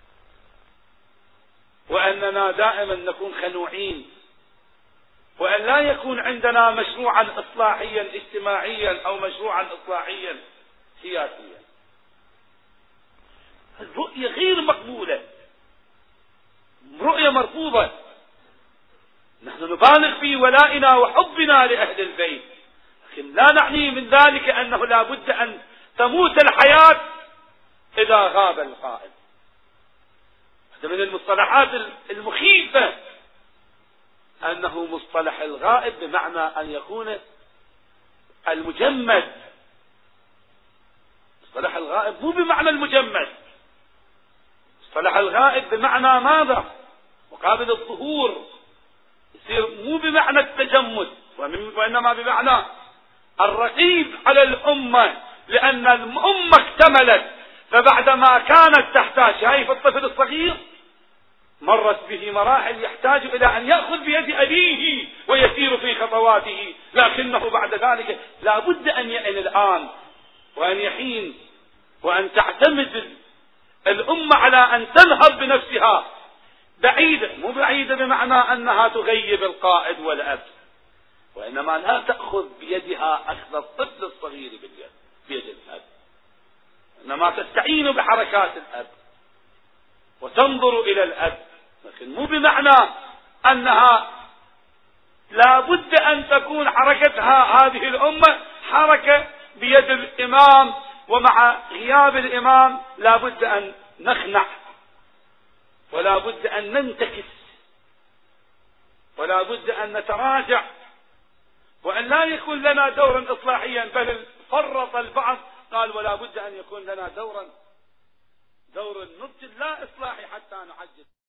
وأننا دائما نكون خنوعين وأن لا يكون عندنا مشروعا إصلاحيا اجتماعيا أو مشروعا إصلاحيا سياسيا. الرؤية غير مقبولة، رؤية مرفوضة. نحن نبالغ في ولائنا وحبنا لأهل البيت، لكن لا نعني من ذلك أنه لا بد أن تموت الحياة إذا غاب القائد. هذا من المصطلحات المخيفة، أنه مصطلح الغائب بمعنى أن يكون المجمد. مصطلح الغائب مو بمعنى المجمد، مصطلح الغائب بمعنى ماذا؟ مقابل الظهور، يصير مو بمعنى التجمد وإنما بمعنى الرقيب على الأمة، لأن الأمة اكتملت، فبعدما كانت تحتاج، شايف الطفل الصغير مرت به مراحل يحتاج إلى أن يأخذ بيد أبيه ويسير في خطواته، لكنه بعد ذلك لا بد أن يئن الآن وأن يحين وأن تعتمد الأمة على أن تنهض بنفسها بعيدة، مو بعيدة بمعنى أنها تغيب القائد والأب، وإنما لا تأخذ بيدها أخذ الطفل الصغير باليد بيد الأب، إنما تستعين بحركات الأب وتنظر إلى الأب، لكن مو بمعنى أنها لا بد أن تكون حركتها هذه الأمة حركة بيد الإمام، ومع غياب الإمام لا بد أن نخنع ولا بد أن ننتكس ولا بد أن نتراجع، وأن لا يكون لنا دورا إصلاحيا، بل فرط البعض قال ولا بد أن يكون لنا دورا دور النضج لا إصلاحي حتى نعجز.